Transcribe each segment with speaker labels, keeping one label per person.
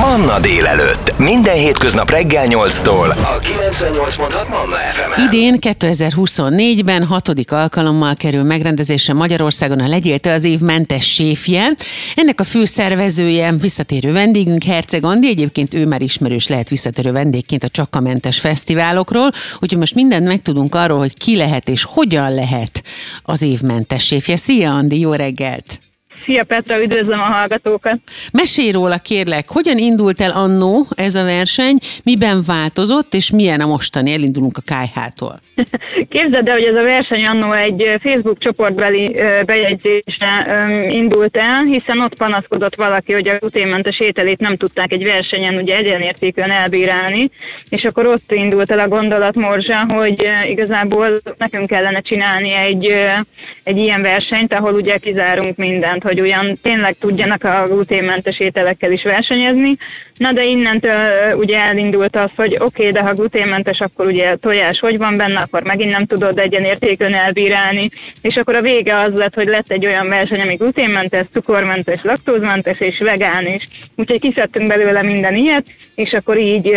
Speaker 1: Manna délelőtt. Minden hétköznap reggel 8-tól a 98.6 Manna FM-en.
Speaker 2: Idén 2024-ben 6. alkalommal kerül megrendezésre Magyarországon a Legyél te az év mentes séfje. Ennek a fő szervezője, visszatérő vendégünk Herceg Andi, egyébként ő már ismerős lehet visszatérő vendégként a Csak a Mentes fesztiválokról, úgyhogy most mindent megtudunk arról, hogy ki lehet és hogyan lehet az év mentes séfje. Szia Andi, jó reggelt!
Speaker 3: Szia Petra, üdvözlöm a hallgatókat!
Speaker 2: Mesélj róla kérlek, hogyan indult el annó ez a verseny, miben változott, és milyen a mostani, elindulunk a KH-tól.
Speaker 3: Képzeld el, hogy ez a verseny annó egy Facebook csoportbeli bejegyzésre indult el, hiszen ott panaszkodott valaki, hogy a gluténmentes ételét nem tudták egy versenyen ugye egyenértékűen elbírálni, és akkor ott indult el a gondolatmorzsa, hogy igazából nekünk kellene csinálni egy ilyen versenyt, ahol ugye kizárunk mindent, hogy olyan tényleg tudjanak a gluténmentes ételekkel is versenyezni. Na de innentől ugye elindult az, hogy oké, de ha gluténmentes, akkor ugye tojás hogy van benne, akkor megint nem tudod egyenértékűen elbírálni, és akkor a vége az lett, hogy lett egy olyan verseny, ami gluténmentes, cukormentes, laktózmentes és vegán is. Úgyhogy kiszedtünk belőle minden ilyet, és akkor így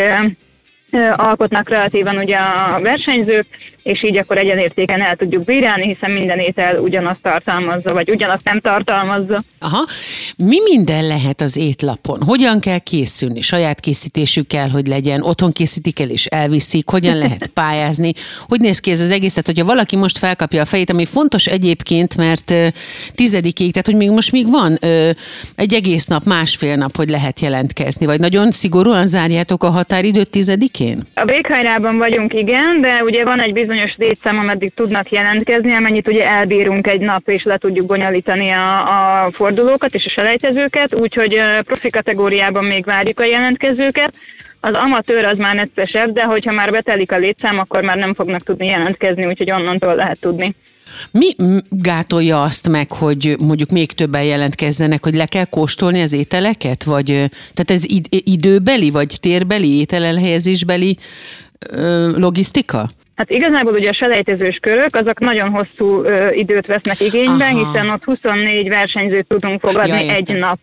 Speaker 3: alkotnak kreatívan ugye a versenyzők, és így akkor egyenértéken el tudjuk bírálni, hiszen minden étel ugyanazt tartalmazza, vagy ugyanazt nem tartalmazza.
Speaker 2: Aha. Mi minden lehet az étlapon? Hogyan kell készülni? Saját készítésük kell, hogy legyen? Otthon készítik el és elviszik? Hogyan lehet pályázni? Hogy néz ki ez az egész? Tehát, hogyha valaki most felkapja a fejét, ami fontos egyébként, mert 10-ig, tehát, hogy még van egy egész nap, másfél nap, hogy lehet jelentkezni, vagy nagyon szigorúan zárjátok a határidőt 10-én?
Speaker 3: A véghajrában vagyunk, igen, de ugye van egy bizonyos létszám, ameddig tudnak jelentkezni, amennyit ugye elbírunk egy nap, és le tudjuk bonyolítani a fordulókat és a selejtezőket, úgyhogy profi kategóriában még várjuk a jelentkezőket. Az amatőr az már neccesebb, de hogyha már betelik a létszám, akkor már nem fognak tudni jelentkezni, úgyhogy onnantól lehet tudni.
Speaker 2: Mi gátolja azt meg, hogy mondjuk még többen jelentkezzenek, hogy le kell kóstolni az ételeket? Vagy, tehát ez időbeli, vagy térbeli, ételelhelyezésbeli logisztika?
Speaker 3: Hát igazából ugye a selejtezős körök, azok nagyon hosszú időt vesznek igénybe, hiszen ott 24 versenyzőt tudunk fogadni egy nap.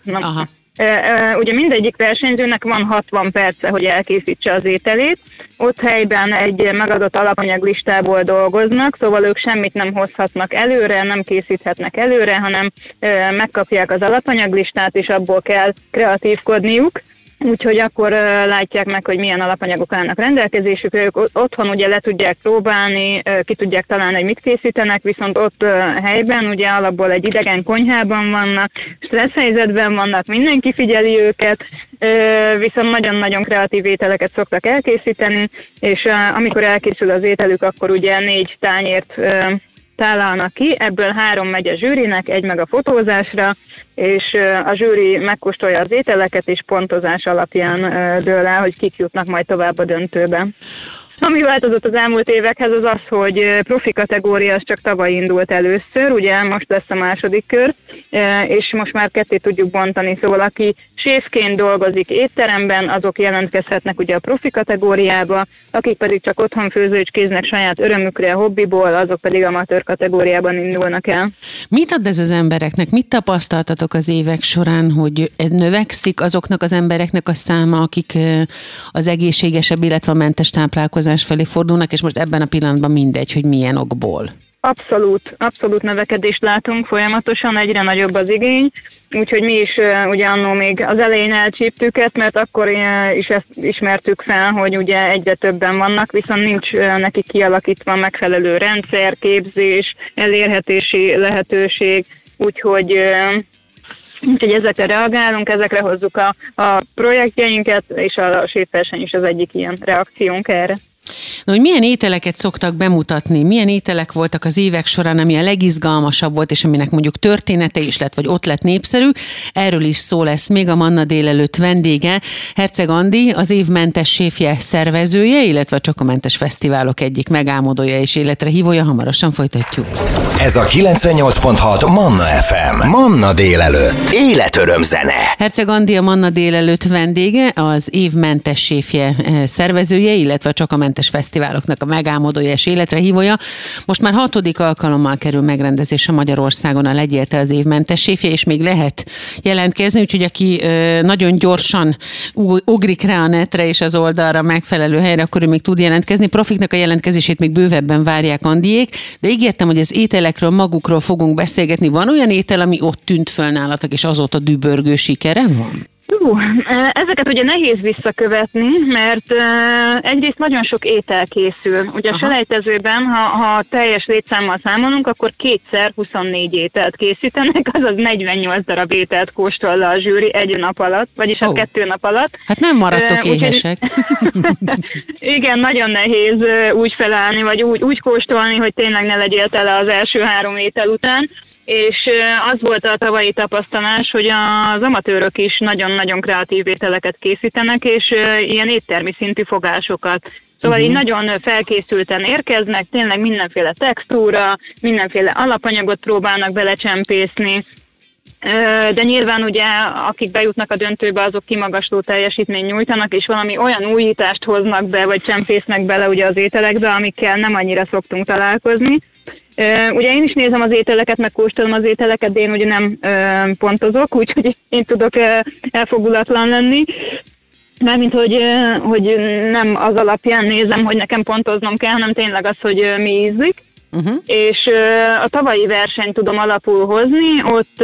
Speaker 3: Ugye mindegyik versenyzőnek van 60 perce, hogy elkészítse az ételét. Ott helyben egy megadott alapanyaglistából dolgoznak, szóval ők semmit nem hozhatnak előre, nem készíthetnek előre, hanem megkapják az alapanyaglistát, és abból kell kreatívkodniuk. Úgyhogy akkor látják meg, hogy milyen alapanyagok állnak rendelkezésükre, ők otthon ugye le tudják próbálni, ki tudják találni, hogy mit készítenek, viszont ott helyben ugye alapból egy idegen konyhában vannak, stressz helyzetben vannak, mindenki figyeli őket, viszont nagyon-nagyon kreatív ételeket szoktak elkészíteni, és amikor elkészül az ételük, akkor ugye 4 tányért tálalnak ki, ebből 3 megy a zsűrinek, 1 meg a fotózásra, és a zsűri megkóstolja az ételeket, és pontozás alapján dől el, hogy kik jutnak majd tovább a döntőbe. Ami változott az elmúlt évekhez az az, hogy profi kategória az csak tavaly indult először, ugye most lesz a második kör, és most már ketté tudjuk bontani, szóval aki séfként dolgozik étteremben, azok jelentkezhetnek ugye a profi kategóriába, akik pedig csak otthon főzőcskéznek saját örömükre, hobbiból, azok pedig amatőr kategóriában indulnak el.
Speaker 2: Mit ad ez az embereknek? Mit tapasztaltatok az évek során, hogy ez növekszik azoknak az embereknek a száma, akik az egészségesebb, illetve a mentes táplálkozás felé fordulnak, és most ebben a pillanatban mindegy, hogy milyen okból? Abszolút növekedést látunk folyamatosan, egyre nagyobb az igény, úgyhogy mi is ugye annó még az elején elcsíptük ezt, mert akkor is ezt ismertük fel, hogy ugye egyre többen vannak, viszont nincs nekik kialakítva megfelelő rendszer, képzés, elérhetési lehetőség, úgyhogy ezekre reagálunk, ezekre hozzuk a projektjeinket, és a séfverseny is az egyik ilyen reakciónk erre. Na, hogy milyen ételeket szoktak bemutatni, milyen ételek voltak az évek során, ami a legizgalmasabb volt, és aminek mondjuk története is lett, vagy ott lett népszerű, erről is szó lesz még a Manna délelőtt vendége. Herceg Andi, az év mentes séfje szervezője, illetve a Csak a Mentes fesztiválok egyik megálmodója és életre hívója. Hamarosan folytatjuk.
Speaker 1: Ez a 98.6 Manna FM. Manna délelőtt. Életöröm zene.
Speaker 2: Herceg Andi a Manna délelőtt vendége, az év mentes séfje szervezője, illetve a Csak a Mentes ételmentes fesztiváloknak a megálmodója és életre hívója. Most már 6. alkalommal kerül megrendezésre Magyarországon a Legyél te az év mentes séfje, és még lehet jelentkezni, úgyhogy aki nagyon gyorsan ugrik rá a netre és az oldalra megfelelő helyre, akkor ő még tud jelentkezni. Profiknak a jelentkezését még bővebben várják Andiék, de ígértem, hogy az ételekről magukról fogunk beszélgetni. Van olyan étel, ami ott tűnt föl nálatok, és azóta dübörgő sikere van?
Speaker 3: Ezeket ugye nehéz visszakövetni, mert egyrészt nagyon sok étel készül. Ugye a selejtezőben, ha teljes létszámmal számolunk, akkor 2x24 ételt készítenek, azaz 48 darab ételt kóstol le a zsűri egy nap alatt, vagyis 2 nap alatt.
Speaker 2: Hát nem maradtok éhesek.
Speaker 3: Igen, nagyon nehéz úgy felállni, vagy úgy kóstolni, hogy tényleg ne legyél tele az első 3 étel után. És az volt a tavalyi tapasztalás, hogy az amatőrök is nagyon-nagyon kreatív ételeket készítenek, és ilyen éttermi szintű fogásokat. Szóval így nagyon felkészülten érkeznek, tényleg mindenféle textúra, mindenféle alapanyagot próbálnak belecsempészni, de nyilván ugye akik bejutnak a döntőbe, azok kimagasló teljesítményt nyújtanak, és valami olyan újítást hoznak be, vagy csempésznek bele ugye az ételekbe, amikkel nem annyira szoktunk találkozni. Ugye én is nézem az ételeket, meg kóstolom az ételeket, de én ugye nem pontozok, úgyhogy én tudok elfogulatlan lenni. Mármint, hogy nem az alapján nézem, hogy nekem pontoznom kell, hanem tényleg az, hogy mi ízlik. És a tavalyi versenyt tudom alapul hozni, ott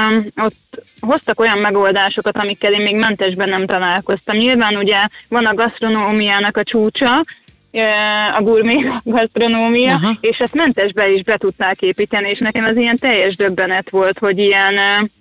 Speaker 3: hoztak olyan megoldásokat, amikkel én még mentesben nem találkoztam. Nyilván ugye van a gasztronómiának a csúcsa, a gurmé gasztronómia, és ezt mentesbe is be tudták építeni, és nekem ez ilyen teljes döbbenet volt, hogy ilyen,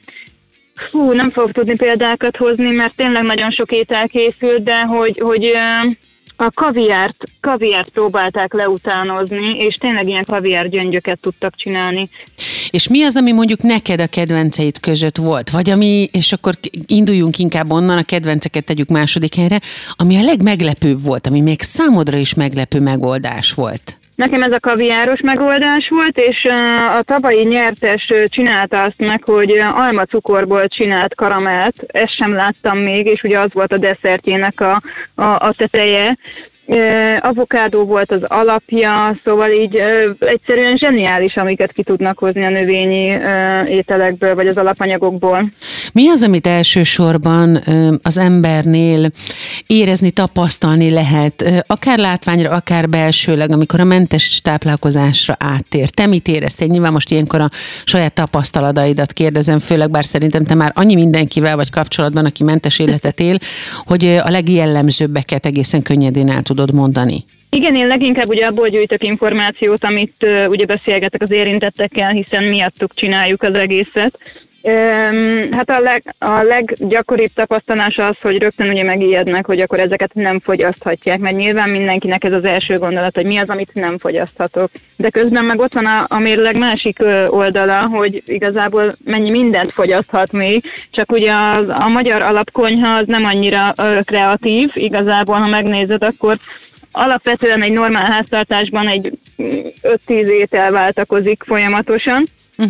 Speaker 3: nem fogok tudni példákat hozni, mert tényleg nagyon sok étel készült, de hogy a kaviárt próbálták leutánozni, és tényleg ilyen kaviárgyöngyöket tudtak csinálni.
Speaker 2: És mi az, ami mondjuk neked a kedvenceid között volt? Vagy ami, és akkor induljunk inkább onnan, a kedvenceket tegyük második helyre, ami a legmeglepőbb volt, ami még számodra is meglepő megoldás volt?
Speaker 3: Nekem ez a kaviáros megoldás volt, és a tavalyi nyertes csinálta azt meg, hogy almacukorból csinált karamellt, ezt sem láttam még, és ugye az volt a desszertjének a teteje. Avokádó volt az alapja, szóval így egyszerűen zseniális, amiket ki tudnak hozni a növényi ételekből, vagy az alapanyagokból.
Speaker 2: Mi az, amit elsősorban az embernél érezni, tapasztalni lehet, akár látványra, akár belsőleg, amikor a mentes táplálkozásra áttér? Te mit éreztél? Nyilván most ilyenkor a saját tapasztalataidat kérdezem, főleg, bár szerintem te már annyi mindenkivel vagy kapcsolatban, aki mentes életet él, hogy a legjellemzőbbeket egészen könnyedén el tudod mondani.
Speaker 3: Igen, én leginkább ugye abból gyűjtök információt, amit ugye beszélgetek az érintettekkel, hiszen miattuk csináljuk az egészet. Hát a leggyakoribb tapasztalás az, hogy rögtön ugye megijednek, hogy akkor ezeket nem fogyaszthatják, mert nyilván mindenkinek ez az első gondolat, hogy mi az, amit nem fogyaszthatok. De közben meg ott van a mérleg másik oldala, hogy igazából mennyi mindent fogyaszthat még, csak ugye a magyar alapkonyha az nem annyira kreatív, igazából ha megnézed, akkor alapvetően egy normál háztartásban egy 5-10 étel váltakozik folyamatosan,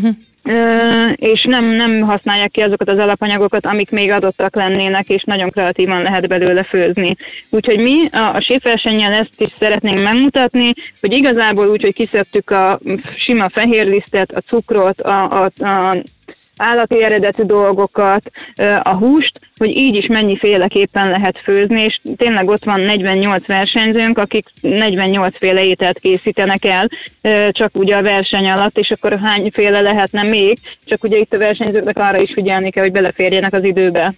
Speaker 3: és nem használják ki azokat az alapanyagokat, amik még adottak lennének, és nagyon kreatívan lehet belőle főzni. Úgyhogy mi a séfversennyel ezt is szeretnénk megmutatni, hogy igazából úgy, hogy kiszedtük a sima fehérlisztet, a cukrot, a állati eredetű dolgokat, a húst, hogy így is mennyiféleképpen lehet főzni, és tényleg ott van 48 versenyzőnk, akik 48 féle ételt készítenek el, csak ugye a verseny alatt, és akkor hányféle lehetne még, csak ugye itt a versenyzőknek arra is figyelni kell, hogy beleférjenek az időbe.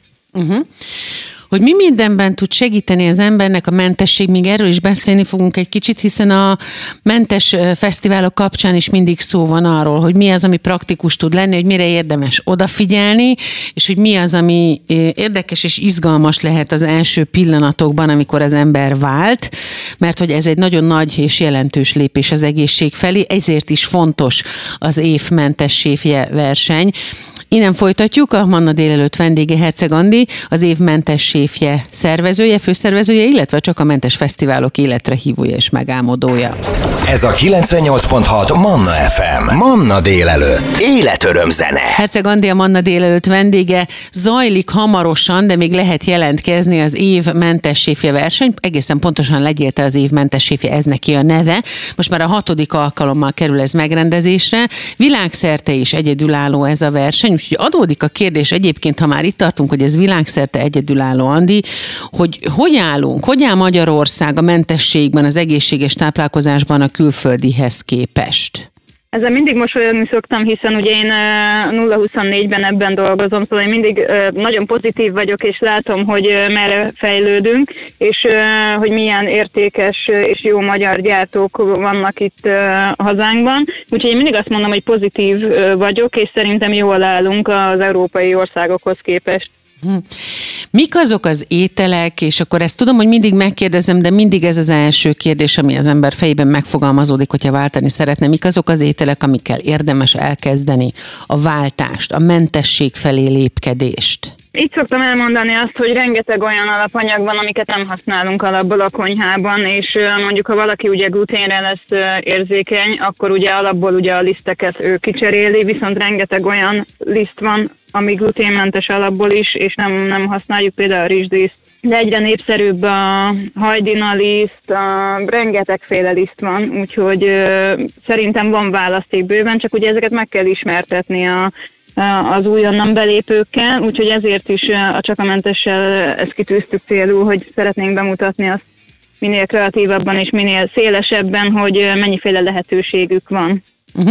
Speaker 2: Hogy mi mindenben tud segíteni az embernek a mentesség, még erről is beszélni fogunk egy kicsit, hiszen a mentes fesztiválok kapcsán is mindig szó van arról, hogy mi az, ami praktikus tud lenni, hogy mire érdemes odafigyelni, és hogy mi az, ami érdekes és izgalmas lehet az első pillanatokban, amikor az ember vált, mert hogy ez egy nagyon nagy és jelentős lépés az egészség felé, ezért is fontos az év mentes séfje verseny. Innen folytatjuk, a Manna délelőtt vendége Herceg Andi, az év mentes séfje szervezője, főszervezője, illetve csak a mentes fesztiválok életre hívója és megálmodója.
Speaker 1: Ez a 98.6 Manna FM. Manna délelőtt. Életöröm zene.
Speaker 2: Herceg Andi a Manna délelőtt vendége. Zajlik hamarosan, de még lehet jelentkezni az év mentes séfje verseny. Egészen pontosan Legyél te az év mentes séfje, ez neki a neve. Most már a 6. alkalommal kerül ez megrendezésre. Világszerte is egyedülálló ez a verseny, úgyhogy adódik a kérdés egyébként, ha már itt tartunk, hogy ez világszerte egyedülálló, Andi, hogy állunk, hogy áll Magyarország a mentességben, az egészséges táplálkozásban a külföldihez képest?
Speaker 3: Ezzel mindig mosolyogni szoktam, hiszen ugye én 0-24-ben ebben dolgozom, szóval én mindig nagyon pozitív vagyok, és látom, hogy merre fejlődünk, és hogy milyen értékes és jó magyar gyártók vannak itt a hazánkban. Úgyhogy én mindig azt mondom, hogy pozitív vagyok, és szerintem jól állunk az európai országokhoz képest.
Speaker 2: Mik azok az ételek, és akkor ezt tudom, hogy mindig megkérdezem, de mindig ez az első kérdés, ami az ember fejében megfogalmazódik, hogyha váltani szeretne. Mik azok az ételek, amikkel érdemes elkezdeni a váltást, a mentesség felé lépkedést?
Speaker 3: Itt szoktam elmondani azt, hogy rengeteg olyan alapanyag van, amiket nem használunk alapból a konyhában, és mondjuk ha valaki ugye gluténre lesz érzékeny, akkor ugye alapból ugye a liszteket ő kicseréli, viszont rengeteg olyan liszt van, ami gluténmentes alapból is, és nem használjuk, például a rizsdíszt. De egyre népszerűbb a hajdinaliszt, rengetegféle liszt van, úgyhogy szerintem van választék bőven, csak ugye ezeket meg kell ismertetni az újonnan belépőkkel, úgyhogy ezért is a Csak a mentessel ezt kitűztük célul, hogy szeretnénk bemutatni azt minél kreatívabban és minél szélesebben, hogy mennyiféle lehetőségük van.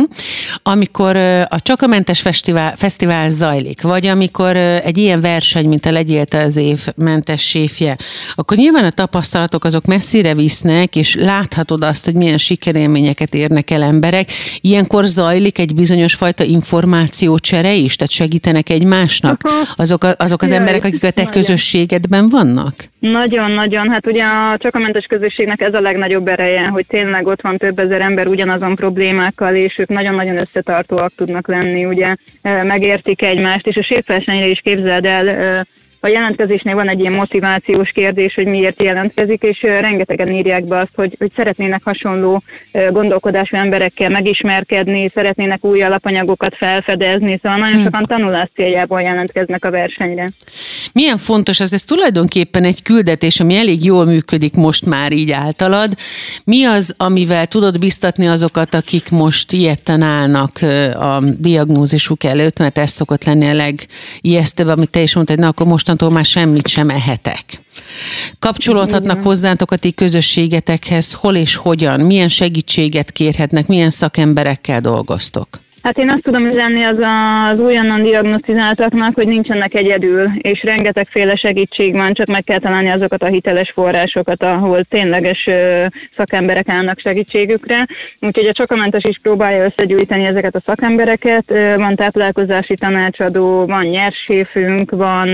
Speaker 2: Amikor a Csak a mentes fesztivál zajlik, vagy amikor egy ilyen verseny, mint a Legyél te az év mentes séfje, akkor nyilván a tapasztalatok azok messzire visznek, és láthatod azt, hogy milyen sikerélményeket érnek el emberek. Ilyenkor zajlik egy bizonyos fajta információcsere is, tehát segítenek egymásnak azok az emberek, akik a te közösségedben vannak?
Speaker 3: Nagyon-nagyon. Hát ugye a Csak a mentes közösségnek ez a legnagyobb ereje, hogy tényleg ott van több ezer ember ugyanazon problémákkal, és ők nagyon-nagyon összetartóak tudnak lenni, ugye megértik egymást, és a séfversenyre is képzeld el, a jelentkezésnél van egy ilyen motivációs kérdés, hogy miért jelentkezik, és rengetegen írják be azt, hogy szeretnének hasonló gondolkodású emberekkel megismerkedni, szeretnének új alapanyagokat felfedezni, szóval nagyon sokan tanulás céljából jelentkeznek a versenyre.
Speaker 2: Milyen fontos ez tulajdonképpen egy küldetés, ami elég jól működik most már így általad. Mi az, amivel tudod biztatni azokat, akik most ilyetten állnak a diagnózisuk előtt, mert ez szokott lenni a legijesztőbb, amit te is mondtad, hogy na, akkor mostantól már semmit sem ehetek. Kapcsolódhatnak hozzátok a ti közösségetekhez, hol és hogyan, milyen segítséget kérhetnek, milyen szakemberekkel dolgoztok?
Speaker 3: Hát én azt tudom üzenni az újonnan diagnosztizáltaknak, hogy nincsenek egyedül, és rengetegféle segítség van, csak meg kell találni azokat a hiteles forrásokat, ahol tényleges szakemberek állnak segítségükre. Úgyhogy a Csak a mentes is próbálja összegyűjteni ezeket a szakembereket. Van táplálkozási tanácsadó, van nyersséfünk, van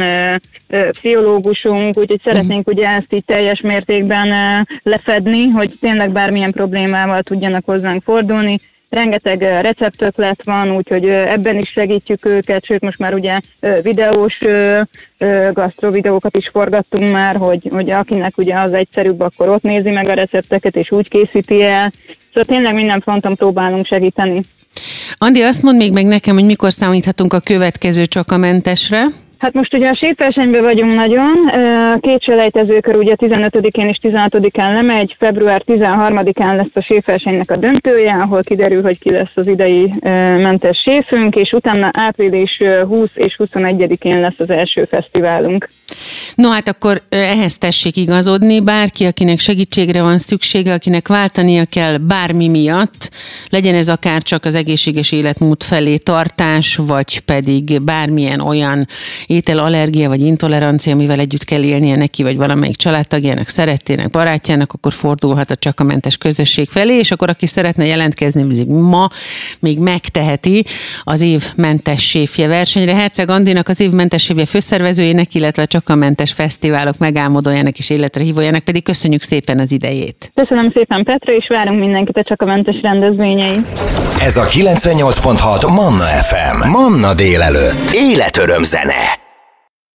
Speaker 3: pszichológusunk, úgyhogy szeretnénk ugye ezt így teljes mértékben lefedni, hogy tényleg bármilyen problémával tudjanak hozzánk fordulni. Rengeteg receptöklet van, úgyhogy ebben is segítjük őket, sőt most már ugye videós gasztrovideókat is forgattunk már, hogy akinek ugye az egyszerűbb, akkor ott nézi meg a recepteket, és úgy készíti el. Szóval tényleg minden fronton próbálunk segíteni.
Speaker 2: Andi, azt mondd még meg nekem, hogy mikor számíthatunk a következő Csak a mentesre?
Speaker 3: Hát most ugye a séfversenyben vagyunk nagyon, 2 selejtezőkör ugye 15-én és 16-án lemegy, február 13-án lesz a séfversenynek a döntője, ahol kiderül, hogy ki lesz az idei mentes séfünk, és utána április 20 és 21-én lesz az első fesztiválunk.
Speaker 2: No hát akkor ehhez tessék igazodni, bárki, akinek segítségre van szüksége, akinek váltania kell bármi miatt, legyen ez akár csak az egészséges életmód felé tartás, vagy pedig bármilyen olyan ételallergia vagy intolerancia, amivel együtt kell élnie neki, vagy valamelyik családtagjának, szerettének, barátjának, akkor fordulhat a Csak a Mentes közösség felé, és akkor aki szeretne jelentkezni, ma még megteheti az év mentes séfje versenyre. Herceg Andinak, az év mentes séfje főszervezőjének, illetve Csak a Mentes fesztiválok megálmodójának és életre hívójának pedig köszönjük szépen az idejét.
Speaker 3: Köszönöm szépen, Petra, és várunk mindenkit a Csak a Mentes rendezvényein.
Speaker 1: Ez a 98.6 Manna FM. Manna délelőtt. Életöröm zene.